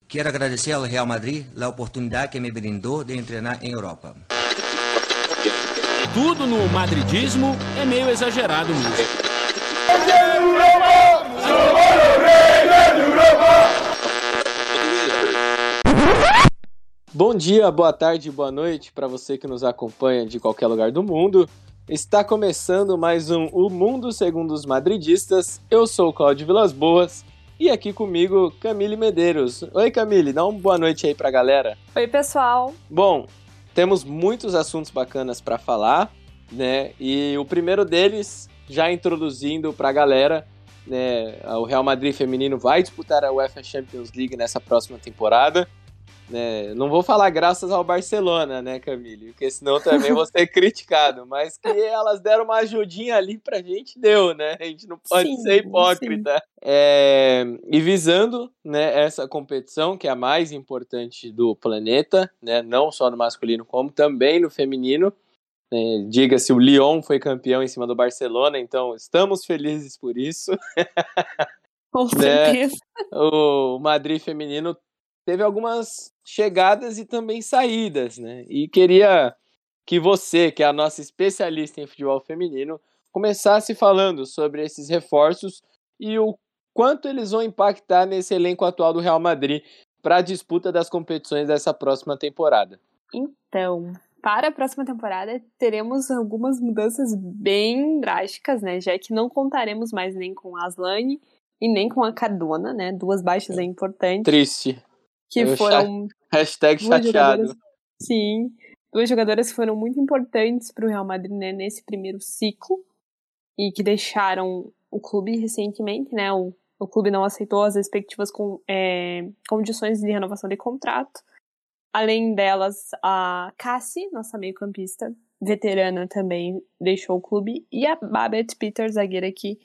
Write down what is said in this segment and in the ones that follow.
Quero agradecer ao Real Madrid a oportunidade que me brindou de treinar em Europa. Tudo no madridismo é meio exagerado mesmo. Bom dia, boa tarde, boa noite para você que nos acompanha de qualquer lugar do mundo. Está começando mais um O Mundo Segundo os Madridistas. Eu sou o Cláudio Vilas Boas e aqui comigo Camille Medeiros. Oi, Camille, dá uma boa noite aí pra galera. Oi, pessoal. Bom, temos muitos assuntos bacanas para falar, né? E o primeiro deles, já introduzindo pra galera, né? O Real Madrid feminino vai disputar a UEFA Champions League nessa próxima temporada. Né? Não vou falar graças ao Barcelona, né, Camille? Porque senão também vou ser criticado. Mas que elas deram uma ajudinha ali pra gente, deu, né? A gente não pode ser hipócrita. E visando, né, essa competição, que é a mais importante do planeta, né, não só no masculino, como também no feminino. Né? Diga-se, o Lyon foi campeão em cima do Barcelona, então estamos felizes por isso. Com certeza. O Madrid feminino teve algumas chegadas e também saídas, né? E queria que você, que é a nossa especialista em futebol feminino, começasse falando sobre esses reforços e o quanto eles vão impactar nesse elenco atual do Real Madrid para a disputa das competições dessa próxima temporada. Então, para a próxima temporada, teremos algumas mudanças bem drásticas, né? Já que não contaremos mais nem com a Aslane e nem com a Cardona, né? Duas baixas importantes. Triste. Que foram hashtag chateado. Sim, duas jogadoras que foram muito importantes para o Real Madrid, né, nesse primeiro ciclo e que deixaram o clube recentemente, né? O clube não aceitou as respectivas condições de renovação de contrato. Além delas, a Cassie, nossa meio-campista veterana, também deixou o clube, e a Babette Peters, zagueira que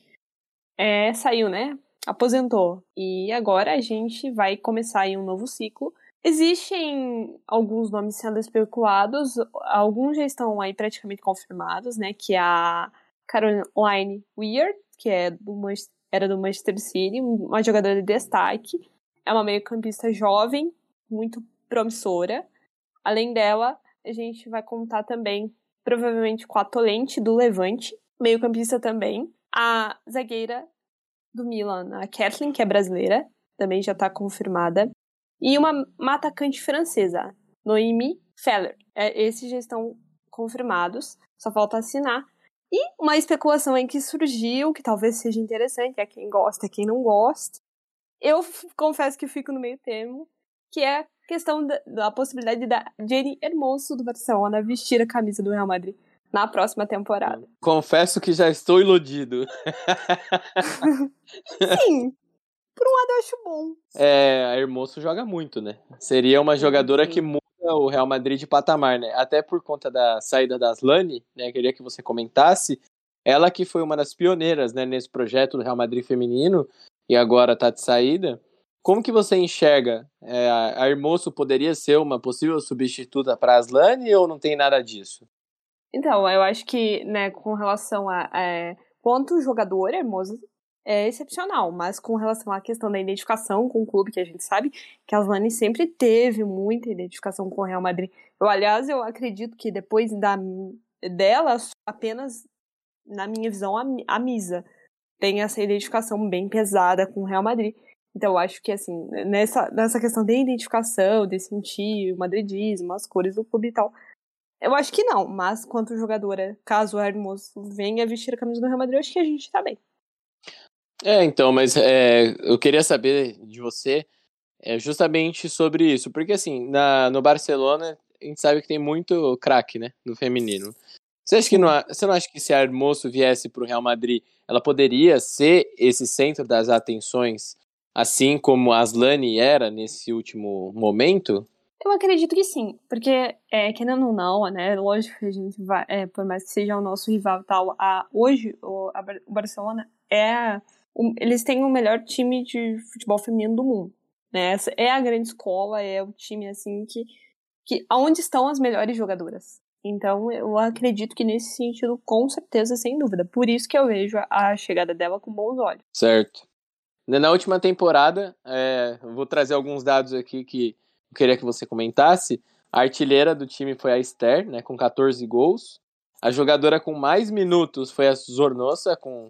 saiu, né? Aposentou. E agora a gente vai começar aí um novo ciclo. Existem alguns nomes sendo especulados, alguns já estão aí praticamente confirmados, né? Que é a Caroline Weir, que era do Manchester City, uma jogadora de destaque. É uma meio-campista jovem, muito promissora. Além dela, a gente vai contar também, provavelmente, com a Tolente do Levante, meio-campista também. A zagueira do Milan, a Kathleen, que é brasileira, também já está confirmada. E uma atacante francesa, Noémie Feller. Esses já estão confirmados, só falta assinar. E uma especulação aí que surgiu, que talvez seja interessante, é quem gosta, é quem não gosta. Eu confesso que fico no meio termo, que é a questão da possibilidade da Jenny Hermoso do Barcelona vestir a camisa do Real Madrid na próxima temporada. Confesso que já estou iludido. Sim, por um lado eu acho bom. A Hermoso joga muito, né? Seria uma jogadora que muda o Real Madrid de patamar, né? Até por conta da saída da Aslane, né? Queria que você comentasse. Ela que foi uma das pioneiras, né, nesse projeto do Real Madrid feminino e agora tá de saída. Como que você enxerga? A Hermoso poderia ser uma possível substituta para a Aslane ou não tem nada disso? Então, eu acho que, né, com relação a quanto jogador, Hermoso é excepcional, mas com relação à questão da identificação com o clube, que a gente sabe que a Aslane sempre teve muita identificação com o Real Madrid. Aliás, eu acredito que depois dela, apenas, na minha visão, a Misa tem essa identificação bem pesada com o Real Madrid. Então, eu acho que, assim, nessa questão de identificação, de sentir o madridismo, as cores do clube e tal, eu acho que não, mas quanto jogadora, caso o Hermoso venha vestir a camisa do Real Madrid, eu acho que a gente tá bem. Então, mas eu queria saber de você justamente sobre isso, porque assim, no Barcelona, a gente sabe que tem muito craque, né, no feminino. Você não acha que se a Hermoso viesse pro Real Madrid, ela poderia ser esse centro das atenções, assim como a Aslane era nesse último momento? Eu acredito que sim, porque, querendo ou não, né, lógico que a gente vai, por mais que seja o nosso rival e tal, hoje o Barcelona eles têm o melhor time de futebol feminino do mundo, né, essa é a grande escola, é o time, assim, que onde estão as melhores jogadoras. Então, eu acredito que nesse sentido, com certeza, sem dúvida. Por isso que eu vejo a chegada dela com bons olhos. Certo. Na última temporada, eu vou trazer alguns dados aqui que eu queria que você comentasse. A artilheira do time foi a Esther, né, com 14 gols. A jogadora com mais minutos foi a Zornosa, com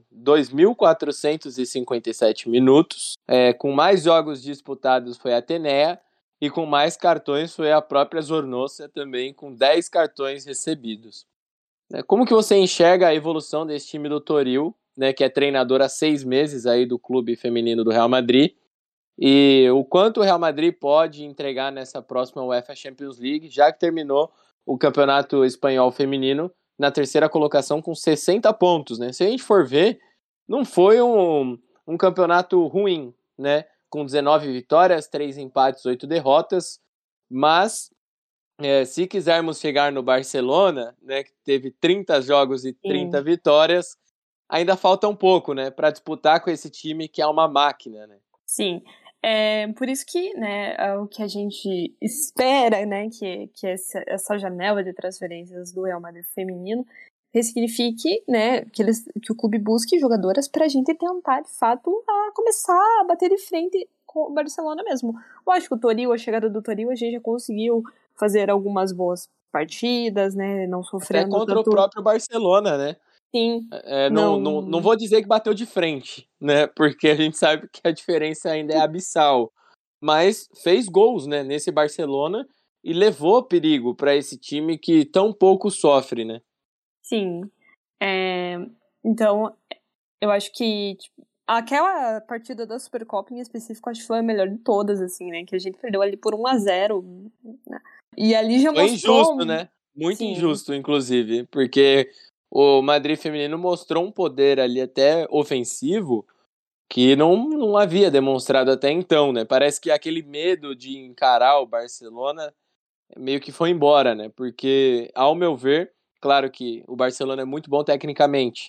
2.457 minutos. Com mais jogos disputados foi a Atenea. E com mais cartões foi a própria Zornosa, também com 10 cartões recebidos. Como que você enxerga a evolução desse time do Toril, né, que é treinador há 6 meses aí do clube feminino do Real Madrid, e o quanto o Real Madrid pode entregar nessa próxima UEFA Champions League, já que terminou o campeonato espanhol feminino na terceira colocação com 60 pontos, né? Se a gente for ver, não foi um campeonato ruim, né? Com 19 vitórias, 3 empates, 8 derrotas, mas se quisermos chegar no Barcelona, né, que teve 30 jogos e 30 vitórias, ainda falta um pouco, né, para disputar com esse time que é uma máquina, né? Sim. Por isso que, né, o que a gente espera, né, que essa janela de transferências do Real Madrid feminino ressignifique, né, que o clube busque jogadoras pra gente tentar, de fato, começar a bater de frente com o Barcelona mesmo. Eu acho que a chegada do Toril, a gente já conseguiu fazer algumas boas partidas, né, não sofrendo até contra tanto... o próprio Barcelona, né? Sim. Não vou dizer que bateu de frente, né? Porque a gente sabe que a diferença ainda é abissal. Mas fez gols, né, nesse Barcelona e levou perigo para esse time que tão pouco sofre, né? Sim. Então, eu acho que aquela partida da Supercopa em específico, acho que foi a melhor de todas, assim, né? Que a gente perdeu ali por 1-0. Né? E ali já foi mostrou... injusto, né? Muito Sim. injusto, inclusive, porque o Madrid feminino mostrou um poder ali até ofensivo que não havia demonstrado até então, né? Parece que aquele medo de encarar o Barcelona meio que foi embora, né? Porque, ao meu ver, claro que o Barcelona é muito bom tecnicamente,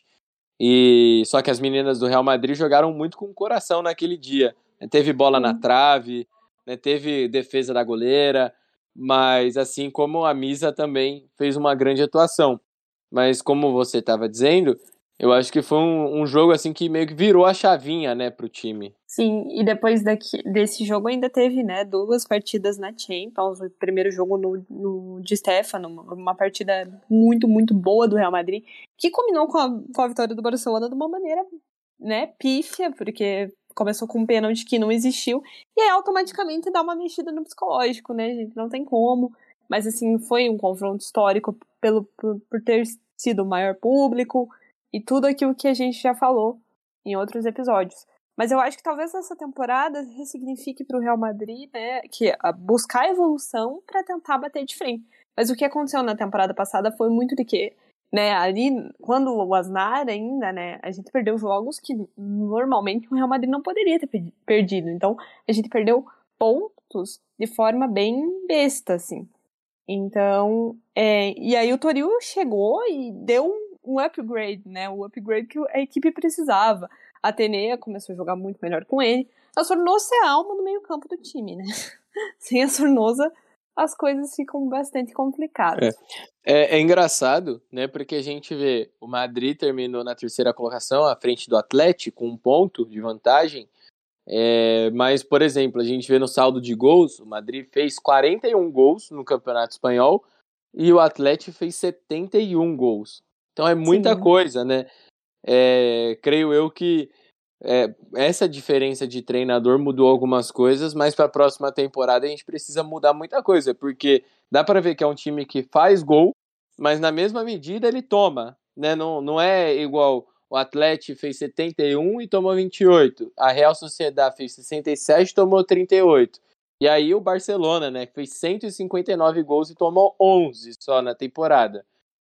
e só que as meninas do Real Madrid jogaram muito com o coração naquele dia. Teve bola na trave, né? Teve defesa da goleira, mas assim como a Misa também fez uma grande atuação. Mas como você estava dizendo, eu acho que foi um jogo assim que meio que virou a chavinha, né, pro time. Sim, e depois desse jogo ainda teve, né, 2 partidas na Champions. O primeiro jogo no Di Stéfano, uma partida muito, muito boa do Real Madrid, que combinou com a vitória do Barcelona de uma maneira, né, pífia, porque começou com um pênalti que não existiu, e aí automaticamente dá uma mexida no psicológico, né, gente, não tem como. Mas, assim, foi um confronto histórico por ter sido o maior público e tudo aquilo que a gente já falou em outros episódios. Mas eu acho que talvez essa temporada ressignifique para o Real Madrid, né, que buscar evolução para tentar bater de frente. Mas o que aconteceu na temporada passada foi muito de que, né, ali, quando o Aznar ainda, né, a gente perdeu jogos que normalmente o Real Madrid não poderia ter perdido. Então, a gente perdeu pontos de forma bem besta, assim. Então, e aí o Toril chegou e deu um upgrade, né, o upgrade que a equipe precisava. A Atenea começou a jogar muito melhor com ele. A Sornosa é a alma no meio campo do time, né? Sem a Sornosa, as coisas ficam bastante complicadas. É engraçado, né? Porque a gente vê o Madrid terminou na terceira colocação, à frente do Atlético, com 1 ponto de vantagem. Mas, por exemplo, a gente vê no saldo de gols, o Madrid fez 41 gols no Campeonato Espanhol e o Atlético fez 71 gols. Então é muita coisa, né? Creio eu que essa diferença de treinador mudou algumas coisas, mas para a próxima temporada a gente precisa mudar muita coisa, porque dá para ver que é um time que faz gol, mas na mesma medida ele toma, né? Não é igual o Atlético fez 71 e tomou 28, a Real Sociedad fez 67 e tomou 38, e aí o Barcelona, né, fez 159 gols e tomou 11 só na temporada.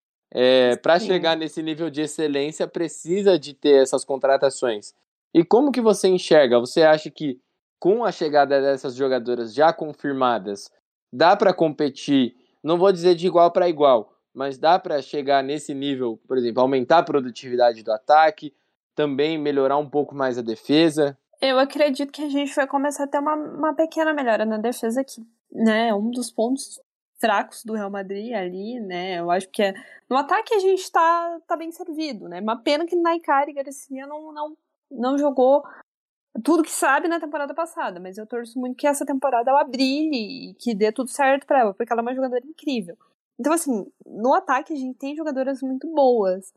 Para chegar nesse nível de excelência precisa de ter essas contratações. E como que você enxerga? Você acha que com a chegada dessas jogadoras já confirmadas, dá para competir, não vou dizer de igual para igual, mas dá para chegar nesse nível, por exemplo, aumentar a produtividade do ataque, também melhorar um pouco mais a defesa? Eu acredito que a gente vai começar a ter uma pequena melhora na defesa aqui, né? Um dos pontos fracos do Real Madrid ali, né? Eu acho que no ataque a gente tá bem servido, né? Uma pena que Naikari e Garcia não jogou tudo que sabe na temporada passada, mas eu torço muito que essa temporada ela brilhe e que dê tudo certo pra ela, porque ela é uma jogadora incrível. Então, assim, no ataque a gente tem jogadoras muito boas.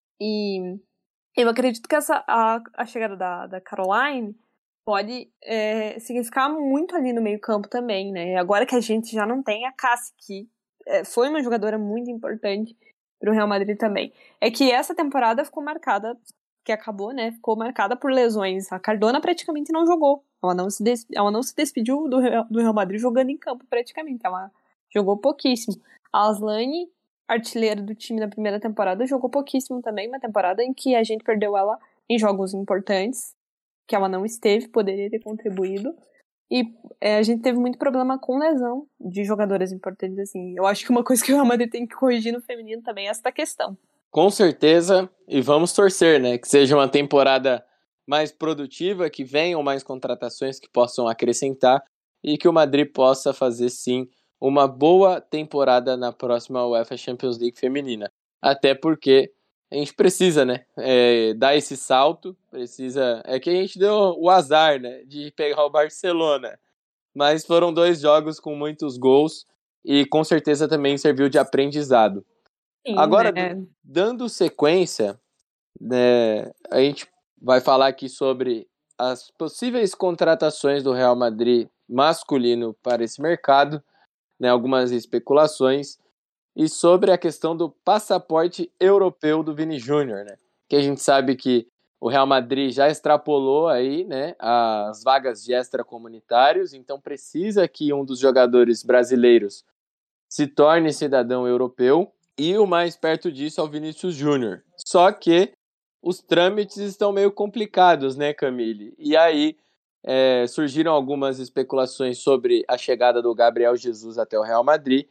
E eu acredito que a chegada da Caroline pode significar muito ali no meio-campo também, né? Agora que a gente já não tem a Cassie, que foi uma jogadora muito importante pro Real Madrid também. É que essa temporada ficou marcada, que acabou, né? Ficou marcada por lesões. A Cardona praticamente não jogou. Ela não se despediu do Real Madrid jogando em campo, praticamente. Ela jogou pouquíssimo. A Aslane, artilheira do time na primeira temporada, jogou pouquíssimo também. Uma temporada em que a gente perdeu ela em jogos importantes, que ela não esteve, poderia ter contribuído. E a gente teve muito problema com lesão de jogadoras importantes, assim. Eu acho que uma coisa que o Real Madrid tem que corrigir no feminino também é essa questão. Com certeza, e vamos torcer, né? Que seja uma temporada mais produtiva, que venham mais contratações que possam acrescentar e que o Madrid possa fazer, sim, uma boa temporada na próxima UEFA Champions League feminina. Até porque a gente precisa, né? Dar esse salto, precisa... É que a gente deu o azar, né? De pegar o Barcelona. Mas foram 2 jogos com muitos gols e com certeza também serviu de aprendizado. Sim, Agora, né? dando sequência, né, a gente vai falar aqui sobre as possíveis contratações do Real Madrid masculino para esse mercado, né, algumas especulações, e sobre a questão do passaporte europeu do Vini Júnior, né, que a gente sabe que o Real Madrid já extrapolou aí, né, as vagas de extracomunitários, então precisa que um dos jogadores brasileiros se torne cidadão europeu. E o mais perto disso é o Vinícius Júnior. Só que os trâmites estão meio complicados, né, Camille? E aí surgiram algumas especulações sobre a chegada do Gabriel Jesus até o Real Madrid.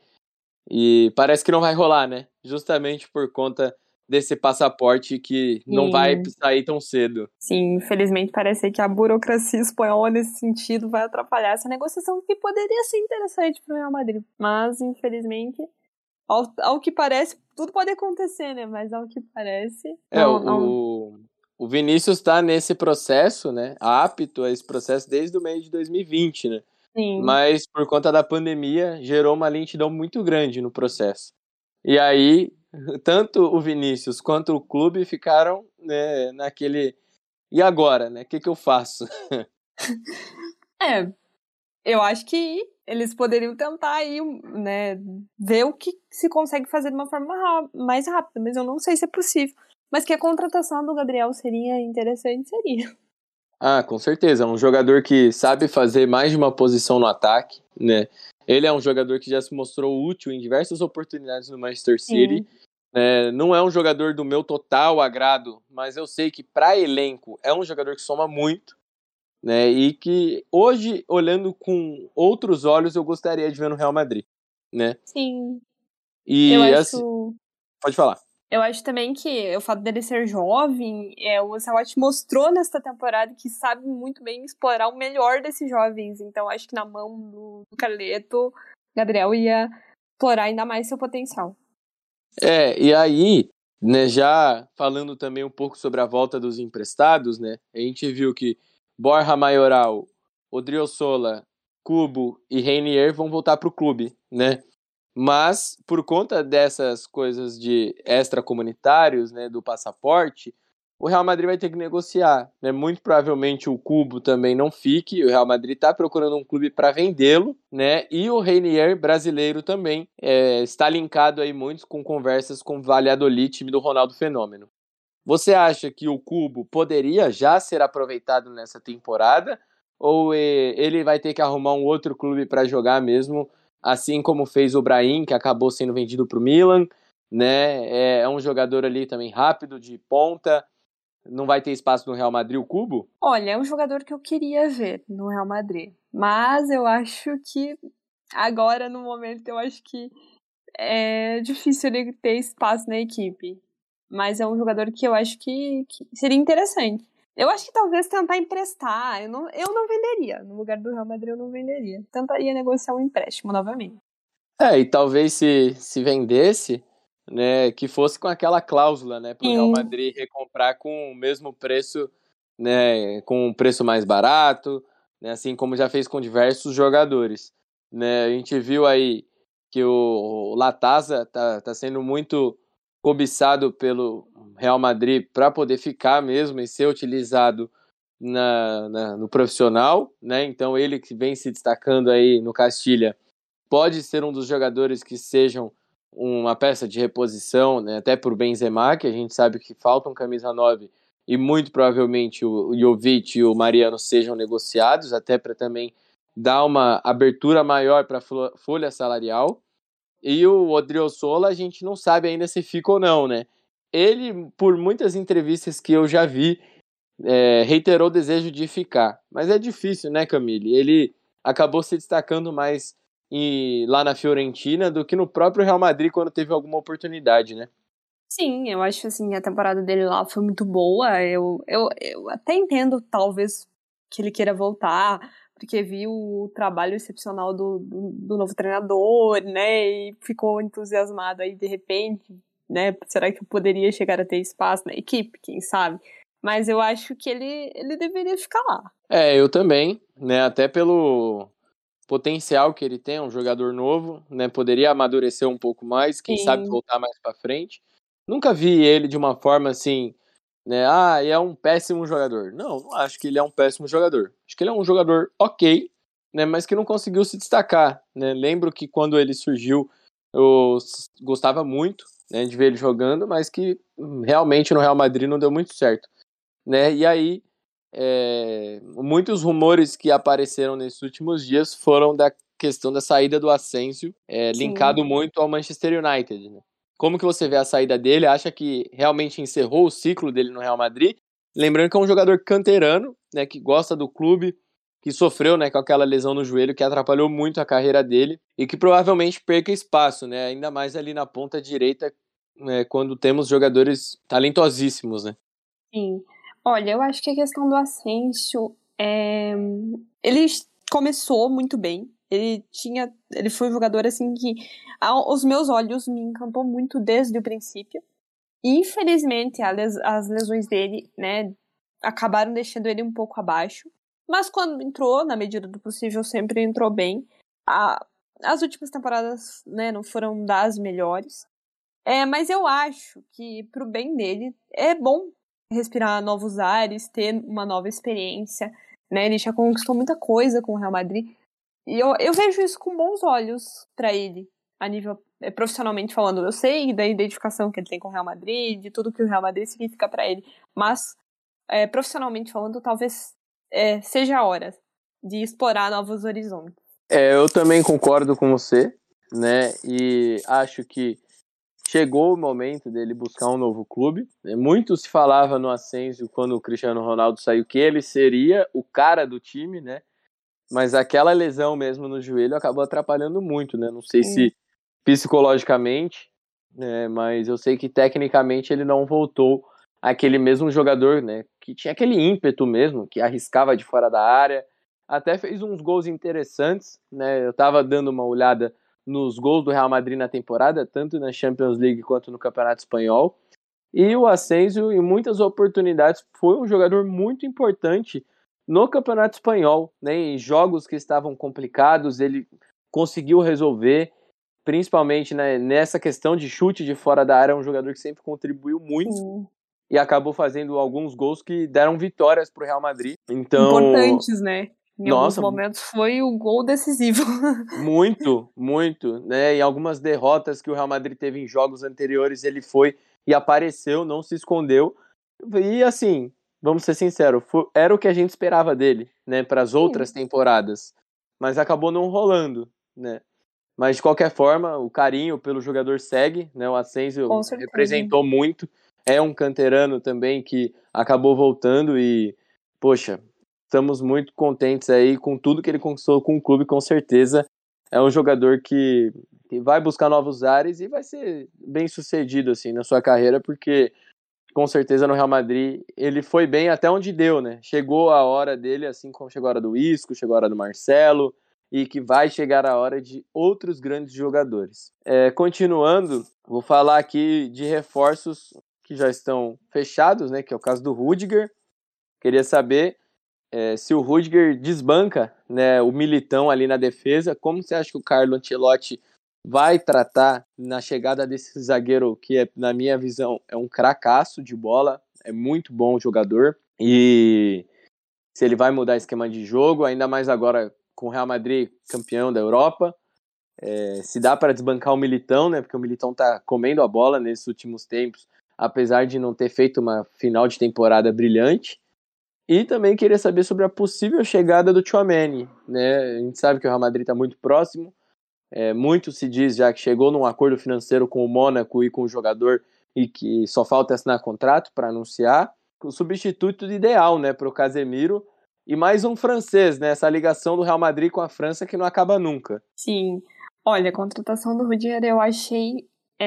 E parece que não vai rolar, né? Justamente por conta desse passaporte que não vai sair tão cedo. Sim, infelizmente parece que a burocracia espanhola nesse sentido vai atrapalhar essa negociação que poderia ser interessante para o Real Madrid. Mas, infelizmente, ao que parece, tudo pode acontecer, né? Mas ao que parece... O Vinícius está nesse processo, né? Apto a esse processo desde o mês de 2020, né? Sim. Mas por conta da pandemia gerou uma lentidão muito grande no processo. E aí, tanto o Vinícius quanto o clube ficaram, né, naquele... E agora, né? O que eu faço? Eu acho que eles poderiam tentar aí, né, ver o que se consegue fazer de uma forma mais rápida, mas eu não sei se é possível. Mas que a contratação do Gabriel seria interessante, seria. Ah, com certeza. É um jogador que sabe fazer mais de uma posição no ataque, né? Ele é um jogador que já se mostrou útil em diversas oportunidades no Manchester City. Não é um jogador do meu total agrado, mas eu sei que para elenco é um jogador que soma muito, né? E que hoje, olhando com outros olhos, eu gostaria de ver no Real Madrid, né? Sim. E Eu acho... assim, pode falar. Eu acho também que o fato dele ser jovem, o Ancelotti mostrou nesta temporada que sabe muito bem explorar o melhor desses jovens. Então acho que na mão do Carleto, Gabriel ia explorar ainda mais seu potencial. E aí, né, já falando também um pouco sobre a volta dos emprestados, né, a gente viu que Borja Mayoral, Odriozola, Kubo e Reinier vão voltar para o clube, né? Mas, por conta dessas coisas de extracomunitários, né, do passaporte, o Real Madrid vai ter que negociar, né? Muito provavelmente o Kubo também não fique, o Real Madrid está procurando um clube para vendê-lo, né? E o Reinier, brasileiro também, está linkado aí muito com conversas com o Valladolid, time do Ronaldo Fenômeno. Você acha que o Kubo poderia já ser aproveitado nessa temporada? Ou ele vai ter que arrumar um outro clube para jogar mesmo, assim como fez o Brahim, que acabou sendo vendido para o Milan, né? É um jogador ali também rápido, de ponta. Não vai ter espaço no Real Madrid, o Kubo? Olha, é um jogador que eu queria ver no Real Madrid. Mas eu acho que agora, no momento, eu acho que é difícil ele ter espaço na equipe. Mas é um jogador que eu acho que seria interessante. Eu acho que talvez tentar emprestar. Eu não venderia. No lugar do Real Madrid, eu não venderia. Tentaria negociar um empréstimo novamente. E talvez se vendesse, né, que fosse com aquela cláusula, né, para o Real Madrid recomprar com o mesmo preço, né, com um preço mais barato, né, assim como já fez com diversos jogadores, né? A gente viu aí que o Latasa tá sendo muito cobiçado pelo Real Madrid para poder ficar mesmo e ser utilizado no profissional, né? Então ele que vem se destacando aí no Castilha pode ser um dos jogadores que sejam uma peça de reposição, né? Até por Benzema, que a gente sabe que falta um camisa 9 e muito provavelmente o Jovic e o Mariano sejam negociados, até para também dar uma abertura maior para a folha salarial. E o Odriozola a gente não sabe ainda se fica ou não, né? Ele, por muitas entrevistas que eu já vi, reiterou o desejo de ficar. Mas é difícil, né, Camille? Ele acabou se destacando mais lá na Fiorentina do que no próprio Real Madrid quando teve alguma oportunidade, né? Sim, eu acho assim, a temporada dele lá foi muito boa. Eu até entendo, talvez, que ele queira voltar, porque viu o trabalho excepcional do novo treinador, né? E ficou entusiasmado aí de repente, né? Será que eu poderia chegar a ter espaço na equipe? Quem sabe? Mas eu acho que ele deveria ficar lá. Eu também, né? Até pelo potencial que ele tem, é um jogador novo, né? Poderia amadurecer um pouco mais, quem sabe Sim. voltar mais para frente. Nunca vi ele de uma forma assim, né? É um péssimo jogador. Não acho que ele é um péssimo jogador. Acho que ele é um jogador ok, né? Mas que não conseguiu se destacar, né? Lembro que quando ele surgiu, eu gostava muito, né, de ver ele jogando, mas que realmente no Real Madrid não deu muito certo, né? E aí, muitos rumores que apareceram nesses últimos dias foram da questão da saída do Asensio, linkado muito ao Manchester United, né? Como que você vê a saída dele? Acha que realmente encerrou o ciclo dele no Real Madrid? Lembrando que é um jogador canterano, né, que gosta do clube, que sofreu, né, com aquela lesão no joelho que atrapalhou muito a carreira dele e que provavelmente perca espaço, né, ainda mais ali na ponta direita, né, quando temos jogadores talentosíssimos, né? Sim. Olha, eu acho que a questão do Asensio ele começou muito bem. Ele foi um jogador assim que aos meus olhos me encantou muito desde o princípio. E, infelizmente, as lesões dele, né, acabaram deixando ele um pouco abaixo. Mas quando entrou, na medida do possível, sempre entrou bem. As últimas temporadas, né, não foram das melhores. Mas eu acho que, pro bem dele, é bom respirar novos ares, ter uma nova experiência, né? Ele já conquistou muita coisa com o Real Madrid. E eu vejo isso com bons olhos para ele, a nível profissionalmente falando. Eu sei da identificação que ele tem com o Real Madrid, de tudo que o Real Madrid significa para ele, mas profissionalmente falando, talvez seja a hora de explorar novos horizontes. Eu também concordo com você, né? E acho que chegou o momento dele buscar um novo clube. Muito se falava no Asensio quando o Cristiano Ronaldo saiu que ele seria o cara do time, né? Mas aquela lesão mesmo no joelho acabou atrapalhando muito, né? Não sei se psicologicamente, né? Mas eu sei que tecnicamente ele não voltou àquele mesmo jogador, né? Que tinha aquele ímpeto mesmo, que arriscava de fora da área. Até fez uns gols interessantes, né? Eu tava dando uma olhada nos gols do Real Madrid na temporada, tanto na Champions League quanto no Campeonato Espanhol. E o Asensio, em muitas oportunidades, foi um jogador muito importante no Campeonato Espanhol, né? Em jogos que estavam complicados, ele conseguiu resolver, principalmente, né, nessa questão de chute de fora da área, um jogador que sempre contribuiu muito e acabou fazendo alguns gols que deram vitórias para o Real Madrid. Então, importantes, né? Em alguns nossa, momentos foi o gol decisivo. muito, muito, né? Em algumas derrotas que o Real Madrid teve em jogos anteriores, ele foi e apareceu, não se escondeu. E assim, vamos ser sinceros, era o que a gente esperava dele, né? Para as outras temporadas, mas acabou não rolando, né? Mas de qualquer forma, o carinho pelo jogador segue, né? O Asensio representou muito, é um canterano também que acabou voltando e, poxa, estamos muito contentes aí com tudo que ele conquistou com o clube, com certeza. É um jogador que vai buscar novos ares e vai ser bem sucedido assim na sua carreira, porque com certeza no Real Madrid ele foi bem até onde deu, né? Chegou a hora dele, assim como chegou a hora do Isco, chegou a hora do Marcelo, e que vai chegar a hora de outros grandes jogadores. Continuando, vou falar aqui de reforços que já estão fechados, né? Que é o caso do Rudiger, Queria saber se o Rudiger desbanca, né, o Militão ali na defesa. Como você acha que o Carlo Ancelotti vai tratar na chegada desse zagueiro que, na minha visão, é um cracaço de bola, é muito bom jogador, e se ele vai mudar esquema de jogo, ainda mais agora com o Real Madrid campeão da Europa, se dá para desbancar o Militão, né, porque o Militão tá comendo a bola nesses últimos tempos, apesar de não ter feito uma final de temporada brilhante. E também queria saber sobre a possível chegada do Tchouaméni, né? A gente sabe que o Real Madrid está muito próximo, muito se diz já que chegou num acordo financeiro com o Mônaco e com o jogador e que só falta assinar contrato para anunciar. O substituto ideal, né, para o Casemiro e mais um francês, né? Essa ligação do Real Madrid com a França que não acaba nunca. Sim. Olha, a contratação do Rudiger eu achei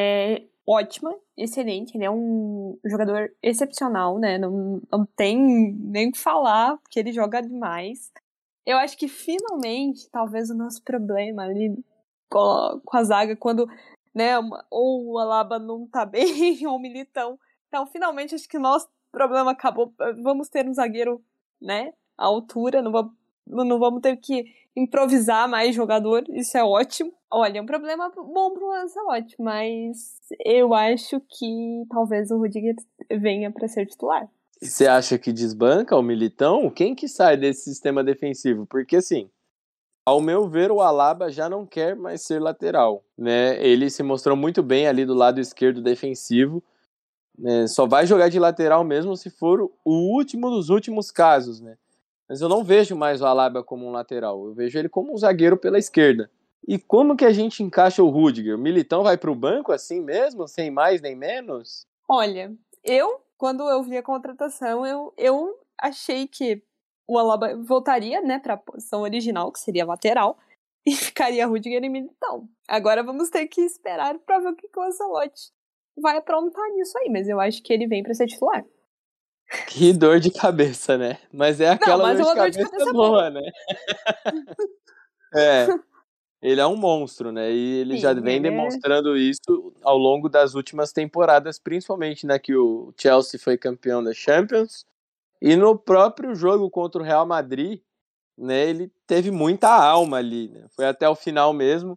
ótima, excelente. Ele é um jogador excepcional, né? Não tem nem o que falar, porque ele joga demais. Eu acho que finalmente, talvez o nosso problema ali com a zaga, quando, né, ou o Alaba não tá bem, ou o Militão. Então, finalmente, acho que o nosso problema acabou. Vamos ter um zagueiro, né, à altura, não vamos ter que improvisar mais jogador, isso é ótimo. Olha, é um problema bom pro Ancelotti, mas eu acho que talvez o Rudiger venha para ser titular. E você acha que desbanca o Militão? Quem que sai desse sistema defensivo? Porque, assim, ao meu ver, o Alaba já não quer mais ser lateral, né? Ele se mostrou muito bem ali do lado esquerdo defensivo, né? Só vai jogar de lateral mesmo se for o último dos últimos casos, né? Mas eu não vejo mais o Alaba como um lateral, eu vejo ele como um zagueiro pela esquerda. E como que a gente encaixa o Rudiger? O Militão vai pro banco assim mesmo, sem mais nem menos? Olha, quando eu vi a contratação, eu achei que o Alaba voltaria, né, para a posição original, que seria lateral, e ficaria Rudiger e Militão. Agora vamos ter que esperar para ver o que o Ancelotti vai aprontar nisso aí, mas eu acho que ele vem para ser titular. Que dor de cabeça, né? Mas é aquela dor de cabeça boa, né? Ele é um monstro, né? E ele já vem demonstrando isso ao longo das últimas temporadas, principalmente, né, que o Chelsea foi campeão da Champions. E no próprio jogo contra o Real Madrid, né, ele teve muita alma ali, né? Foi até o final mesmo.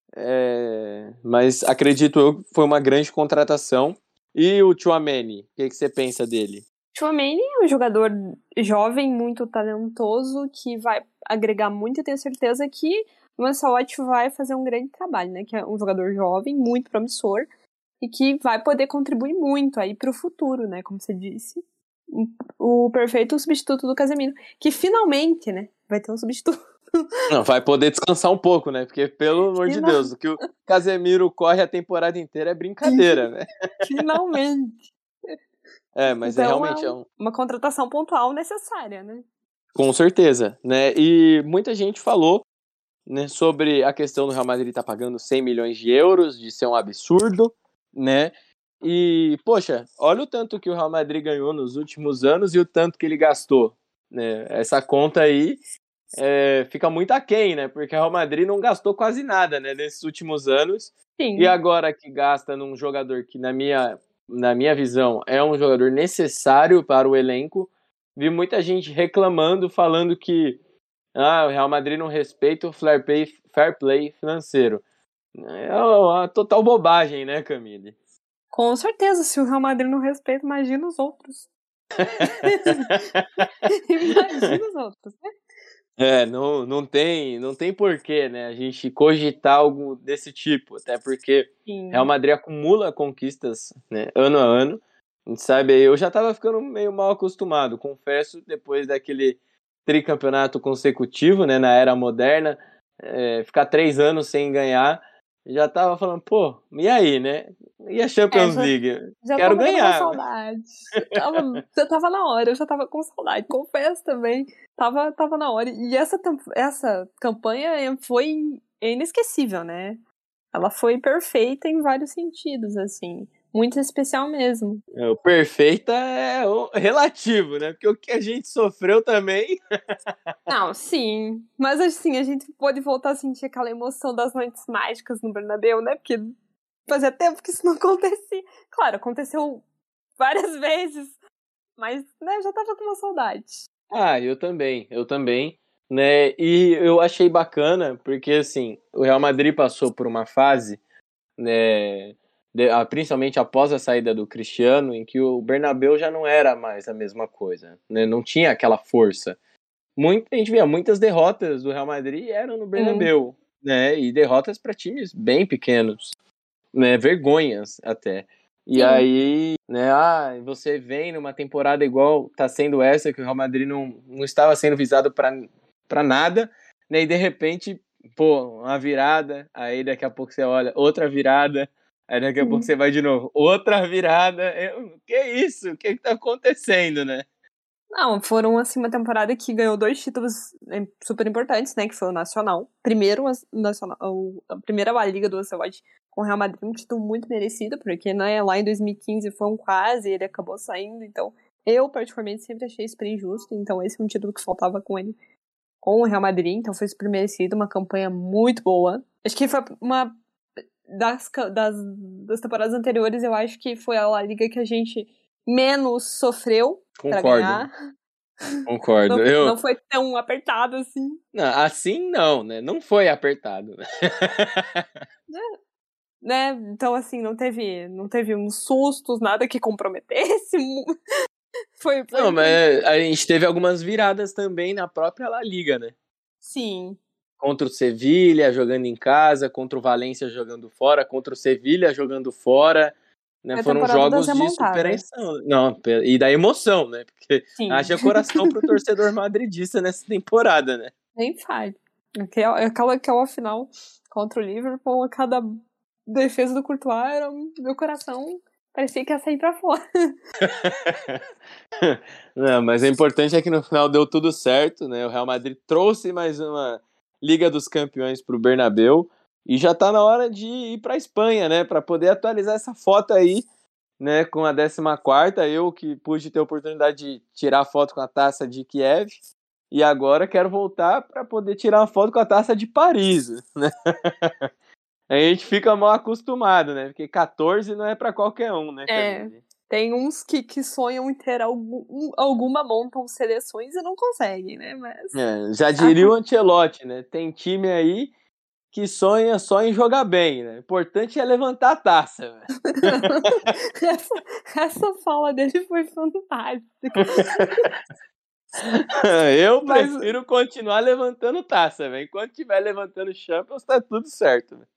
Mas acredito eu que foi uma grande contratação. E o Tchouaméni, o que você pensa dele? Tchouaméni é um jogador jovem, muito talentoso, que vai agregar muito, e tenho certeza que o Ancelotti vai fazer um grande trabalho, né? Que é um jogador jovem, muito promissor, e que vai poder contribuir muito aí pro futuro, né? Como você disse. O perfeito substituto do Casemiro, que finalmente, né, vai ter um substituto. Não, vai poder descansar um pouco, né? Porque, pelo amor de Deus, o que o Casemiro corre a temporada inteira é brincadeira, né? Finalmente. Mas então, realmente uma contratação pontual necessária, né? Com certeza, né? E muita gente falou, né, sobre a questão do Real Madrid estar pagando 100 milhões de euros, de ser um absurdo, né? E, poxa, olha o tanto que o Real Madrid ganhou nos últimos anos e o tanto que ele gastou, né? Essa conta aí fica muito aquém, né? Porque o Real Madrid não gastou quase nada, né, nesses últimos anos. Sim. E agora que gasta num jogador que, na minha visão, é um jogador necessário para o elenco, vi muita gente reclamando, falando que o Real Madrid não respeita o fair play financeiro. É uma total bobagem, né, Camille? Com certeza, se o Real Madrid não respeita, imagina os outros. Imagina os outros, né? Não tem porquê, né, a gente cogitar algo desse tipo, até porque Sim. Real Madrid acumula conquistas, né, ano a ano. A gente sabe, eu já tava ficando meio mal acostumado, confesso, depois daquele tricampeonato consecutivo, né, na era moderna, ficar 3 anos sem ganhar, já tava falando, pô, e aí, né? E a Champions League? Quero ganhar. Com saudade. Já tava na hora, eu já tava com saudade, confesso também. Tava na hora. E essa campanha foi inesquecível, né? Ela foi perfeita em vários sentidos, assim. Muito especial mesmo. O perfeita é relativo, né? Porque o que a gente sofreu também... Não, sim. Mas assim, a gente pode voltar a sentir aquela emoção das noites mágicas no Bernabéu, né? Porque fazia tempo que isso não acontecia. Claro, aconteceu várias vezes. Mas, né, já tava com uma saudade. Ah, eu também, né? E eu achei bacana, porque assim, o Real Madrid passou por uma fase, né, principalmente após a saída do Cristiano, em que o Bernabéu já não era mais a mesma coisa, né? Não tinha aquela força. A gente via muitas derrotas do Real Madrid eram no Bernabéu, né? E derrotas para times bem pequenos, né? Vergonhas até. E Sim. aí, né, você vem numa temporada igual tá sendo essa, que o Real Madrid não estava sendo visado para nada, né, e de repente, pô, uma virada, aí daqui a pouco você olha, outra virada, aí daqui a pouco você vai de novo, outra virada, que isso? O que tá acontecendo, né? Não, foram, assim, uma temporada que ganhou 2 títulos super importantes, né, que foi o Nacional. Primeiro, a primeira La Liga do Ancelotti com o Real Madrid, um título muito merecido, porque, né, lá em 2015 foi um quase, ele acabou saindo, então eu, particularmente, sempre achei isso bem injusto, então esse é um título que faltava com ele, com o Real Madrid, então foi super merecido, uma campanha muito boa. Acho que foi uma das temporadas anteriores, eu acho que foi a La Liga que a gente menos sofreu pra ganhar. Concordo. Não foi tão apertado assim. Não, assim não, né? Não foi apertado. Né? Então, assim, não teve uns sustos, nada que comprometesse. Foi Não, mas a gente teve algumas viradas também na própria La Liga, né? Sim. Contra o Sevilha jogando em casa, contra o Valência jogando fora, contra o Sevilha jogando fora, né? Foram jogos de superação. Não, e da emoção, né? Porque Sim. haja coração pro torcedor madridista nessa temporada, né? Nem faz. Aquela final contra o Liverpool, cada defesa do Courtois era meu coração parecia que ia sair pra fora. Não, mas o importante é que no final deu tudo certo, né? O Real Madrid trouxe mais uma Liga dos Campeões pro Bernabéu e já tá na hora de ir pra Espanha, né? Pra poder atualizar essa foto aí, né? Com a 14ª, eu que pude ter a oportunidade de tirar foto com a taça de Kiev e agora quero voltar para poder tirar uma foto com a taça de Paris, né? A gente fica mal acostumado, né? Porque 14 não é pra qualquer um, né, Camille? Tem uns que sonham em ter alguma, montam seleções e não conseguem, né? Mas... já diria o Ancelotti, né? Tem time aí que sonha só em jogar bem, né? O importante é levantar a taça. essa fala dele foi fantástica. Eu prefiro continuar levantando taça, velho. Enquanto estiver levantando Champions, tá tudo certo, velho.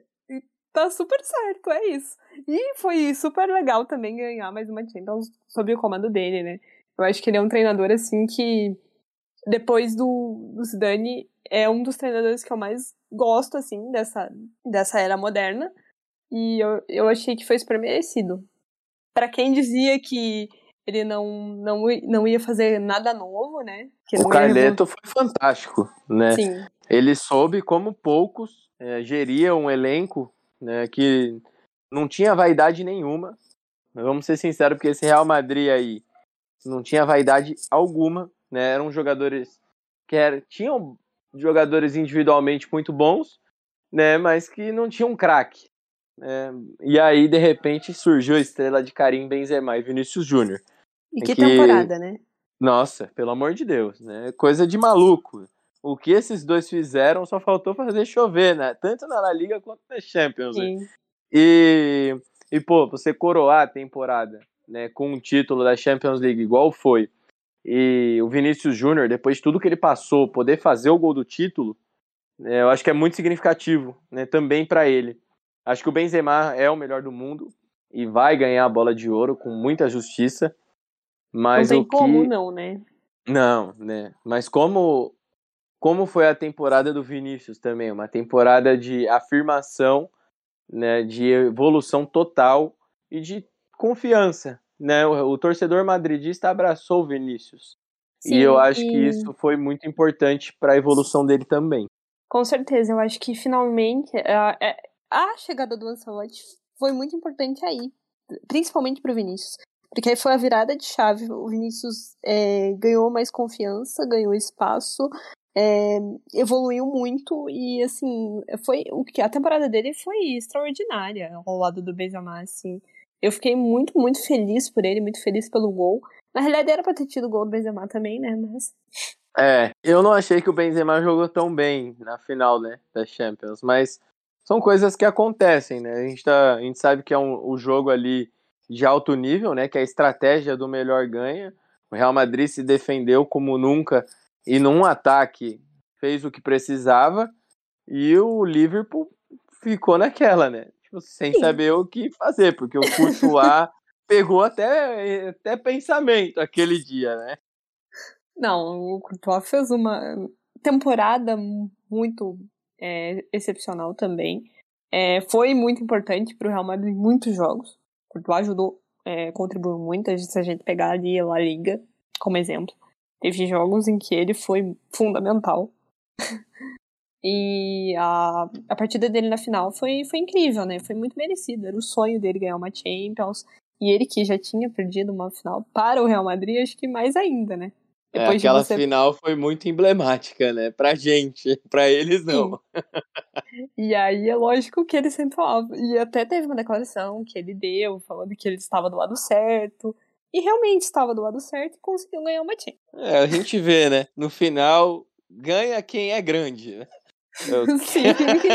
Tá super certo, é isso. E foi super legal também ganhar mais uma Champions sob o comando dele, né? Eu acho que ele é um treinador, assim, que depois do Zidane é um dos treinadores que eu mais gosto, assim, dessa era moderna. E eu achei que foi super merecido. Pra quem dizia que ele não ia fazer nada novo, né? Que o Carleto foi fantástico, né? Sim. Ele soube, como poucos, geria um elenco, né, que não tinha vaidade nenhuma. Vamos ser sinceros, porque esse Real Madrid aí não tinha vaidade alguma, né? Eram jogadores que tinham jogadores individualmente muito bons, né? Mas que não tinham um craque. E aí, de repente, surgiu a estrela de Karim Benzema e Vinícius Júnior. E que temporada, né? Nossa, pelo amor de Deus, né? Coisa de maluco. O que esses dois fizeram só faltou fazer chover, né? Tanto na La Liga quanto na Champions. Né? E, pô, você coroar a temporada, né, com um título da Champions League igual foi, e o Vinícius Júnior, depois de tudo que ele passou, poder fazer o gol do título, eu acho que é muito significativo, né, também para ele. Acho que o Benzema é o melhor do mundo e vai ganhar a bola de ouro com muita justiça. Mas não tem como não, né? Não, né? Mas como foi a temporada do Vinícius também, uma temporada de afirmação, né, de evolução total e de confiança, né? O torcedor madridista abraçou o Vinícius. Sim, e eu acho que isso foi muito importante para a evolução dele também. Com certeza, eu acho que finalmente a chegada do Ancelotti foi muito importante aí, principalmente para o Vinícius. Porque aí foi a virada de chave, o Vinícius ganhou mais confiança, ganhou espaço, evoluiu muito e, assim, a temporada dele foi extraordinária ao lado do Benzema, assim. Eu fiquei muito, muito feliz por ele, muito feliz pelo gol. Na realidade era pra ter tido o gol do Benzema também, né? Mas... eu não achei que o Benzema jogou tão bem na final, né, da Champions, mas são coisas que acontecem, né? A gente sabe que é um jogo ali de alto nível, né, que a estratégia do melhor ganha. O Real Madrid se defendeu como nunca e num ataque fez o que precisava e o Liverpool ficou naquela, né? Tipo, sem saber o que fazer, porque o Courtois pegou até pensamento aquele dia, né? Não, o Courtois fez uma temporada muito excepcional também. Foi muito importante para o Real Madrid em muitos jogos. O Courtois ajudou, contribuiu muito. Se a gente pegar ali a La Liga como exemplo, teve jogos em que ele foi fundamental. E a partida dele na final foi incrível, né? Foi muito merecido. Era o sonho dele ganhar uma Champions. E ele que já tinha perdido uma final para o Real Madrid, acho que mais ainda, né? Depois Aquela final foi muito emblemática, né? Pra gente, pra eles não. Sim. E aí é lógico que ele sempre falava. E até teve uma declaração que ele deu, falando que ele estava do lado certo. E realmente estava do lado certo e conseguiu ganhar uma Champions. A gente vê, né? No final, ganha quem é grande, né? Sim.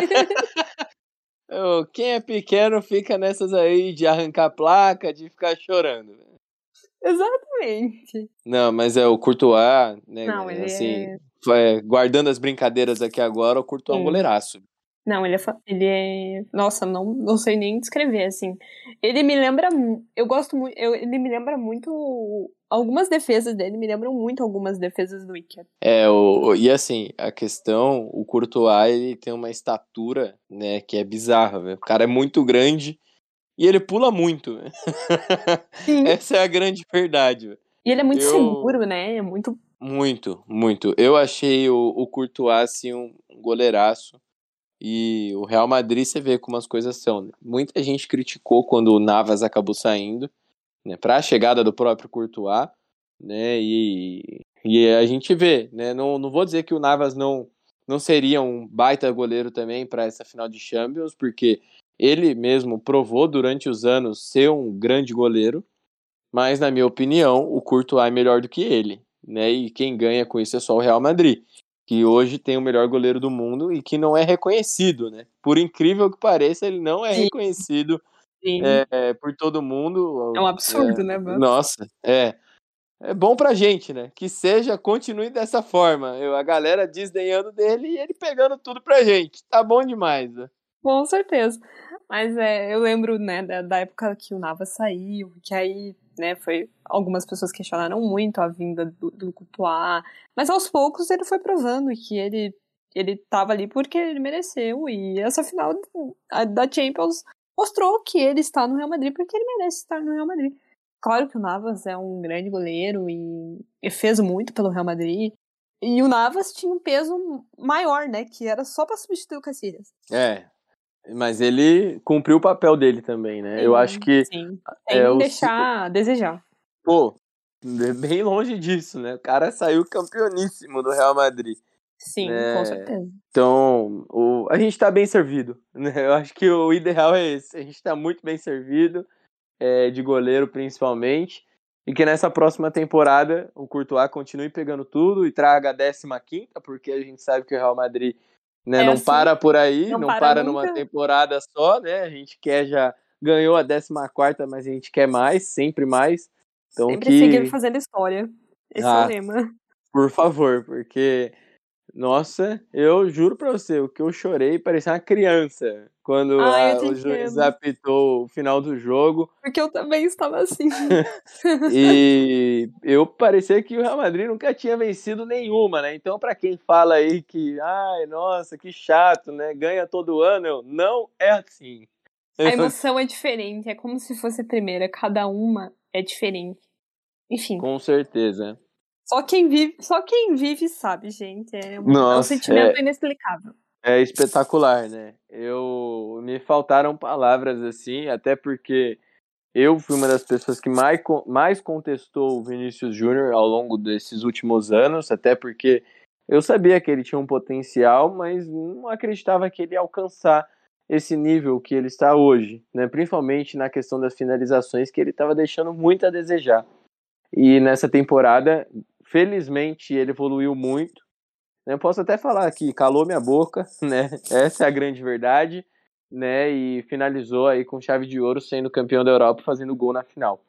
Quem é pequeno fica nessas aí de arrancar placa, de ficar chorando. Exatamente. Não, mas o Courtois, né? Não, ele assim, guardando as brincadeiras aqui agora, o Courtois é um goleiraço. Não, ele é... Nossa, não sei nem descrever, assim. Ele me lembra... Eu gosto muito... Ele me lembra muito... Algumas defesas dele me lembram muito algumas defesas do Iker. E assim, a questão... O Courtois, ele tem uma estatura, né? Que é bizarra, velho. O cara é muito grande e ele pula muito. Sim. Essa é a grande verdade, velho. E ele é muito seguro, né? É muito... Muito, muito. Eu achei o Courtois, assim, um goleiraço. E o Real Madrid, você vê como as coisas são, né? Muita gente criticou quando o Navas acabou saindo, né, para a chegada do próprio Courtois, né? E a gente vê, né? Não vou dizer que o Navas não seria um baita goleiro também para essa final de Champions, porque ele mesmo provou durante os anos ser um grande goleiro, mas na minha opinião, o Courtois é melhor do que ele, né? E quem ganha com isso é só o Real Madrid, que hoje tem o melhor goleiro do mundo e que não é reconhecido, né? Por incrível que pareça, ele não é reconhecido por todo mundo. É um absurdo, né? Nossa, é bom pra gente, né? Que continue dessa forma. A galera desdenhando dele e ele pegando tudo pra gente. Tá bom demais, né? Com certeza. Mas eu lembro, né, da época que o Navas saiu, que aí, né, algumas pessoas questionaram muito a vinda do Courtois, mas aos poucos ele foi provando que ele tava ali porque ele mereceu, e essa final da Champions mostrou que ele está no Real Madrid porque ele merece estar no Real Madrid. Claro que o Navas é um grande goleiro e fez muito pelo Real Madrid, e o Navas tinha um peso maior, né, que era só pra substituir o Casillas. Mas ele cumpriu o papel dele também, né? Eu acho que... Sim, sem deixar a desejar. Pô, bem longe disso, né? O cara saiu campeoníssimo do Real Madrid. Sim, né? com certeza. Então, a gente tá bem servido, né? Eu acho que o ideal é esse. A gente tá muito bem servido, de goleiro principalmente, e que nessa próxima temporada o Courtois continue pegando tudo e traga a 15ª, porque a gente sabe que o Real Madrid, né, não assim, para por aí, não para nunca. numa temporada só, né? A gente já ganhou a 14ª, mas a gente quer mais, sempre mais. Então, sempre seguir fazendo história. Esse é o lema. Por favor, porque, nossa, eu juro pra você, o que eu chorei parecia uma criança quando o juiz apitou o final do jogo. Porque eu também estava assim. E eu parecia que o Real Madrid nunca tinha vencido nenhuma, né? Então, pra quem fala aí que, ai, nossa, que chato, né? Ganha todo ano, não é assim. A emoção é diferente, é como se fosse a primeira, cada uma é diferente. Enfim. Com certeza. Só quem vive sabe, gente. É um sentimento inexplicável. É espetacular, né? Me faltaram palavras assim, até porque eu fui uma das pessoas que mais contestou o Vinícius Júnior ao longo desses últimos anos, até porque eu sabia que ele tinha um potencial, mas não acreditava que ele ia alcançar esse nível que ele está hoje, né? Principalmente na questão das finalizações, que ele estava deixando muito a desejar. E nessa temporada, felizmente, ele evoluiu muito. Eu posso até falar que calou minha boca, né? Essa é a grande verdade, né? E finalizou aí com chave de ouro, sendo campeão da Europa, fazendo gol na final.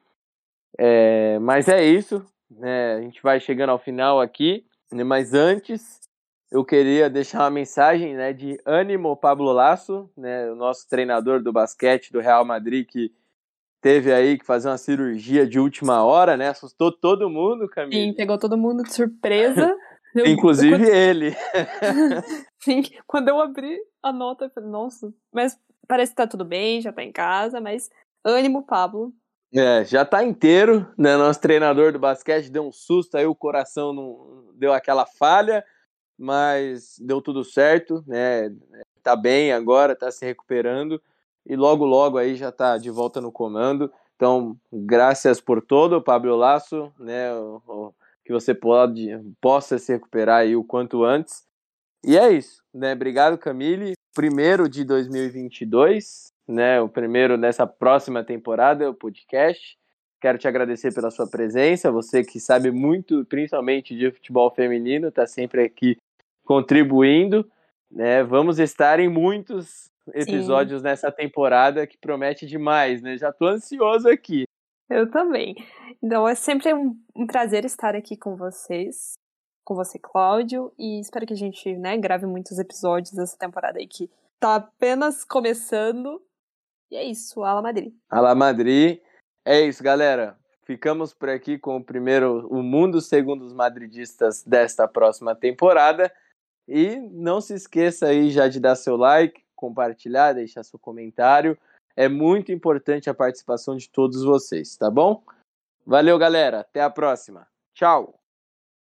Mas é isso, né? A gente vai chegando ao final aqui, né? Mas antes eu queria deixar uma mensagem, né, de ânimo ao Pablo Lasso, né, o nosso treinador do basquete do Real Madrid, que teve aí que fazer uma cirurgia de última hora, né? Assustou todo mundo, Camille. Sim, pegou todo mundo de surpresa. Inclusive ele. Sim, quando eu abri a nota, eu falei, nossa, mas parece que tá tudo bem, já tá em casa, mas ânimo, Pablo. Já tá inteiro, né? Nosso treinador do basquete deu um susto, aí o coração não deu aquela falha, mas deu tudo certo, né? Tá bem agora, tá se recuperando e logo aí já tá de volta no comando. Então, graças por todo, Pablo Lasso, né? Que você possa se recuperar aí o quanto antes. E é isso, né? Obrigado, Camille. Primeiro de 2022, né? O primeiro nessa próxima temporada, o podcast. Quero te agradecer pela sua presença, você que sabe muito, principalmente de futebol feminino, está sempre aqui contribuindo, né? Vamos estar em muitos episódios nessa temporada que promete demais, né? Já tô ansioso aqui. Eu também. Então é sempre um prazer estar aqui com vocês, com você, Cláudio, e espero que a gente, né, grave muitos episódios dessa temporada aí que tá apenas começando. E é isso, Ala Madrid. Ala Madrid. É isso, galera. Ficamos por aqui com o Mundo Segundo os Madridistas desta próxima temporada. E não se esqueça aí já de dar seu like, compartilhar, deixar seu comentário. É muito importante a participação de todos vocês, tá bom? Valeu, galera. Até a próxima. Tchau!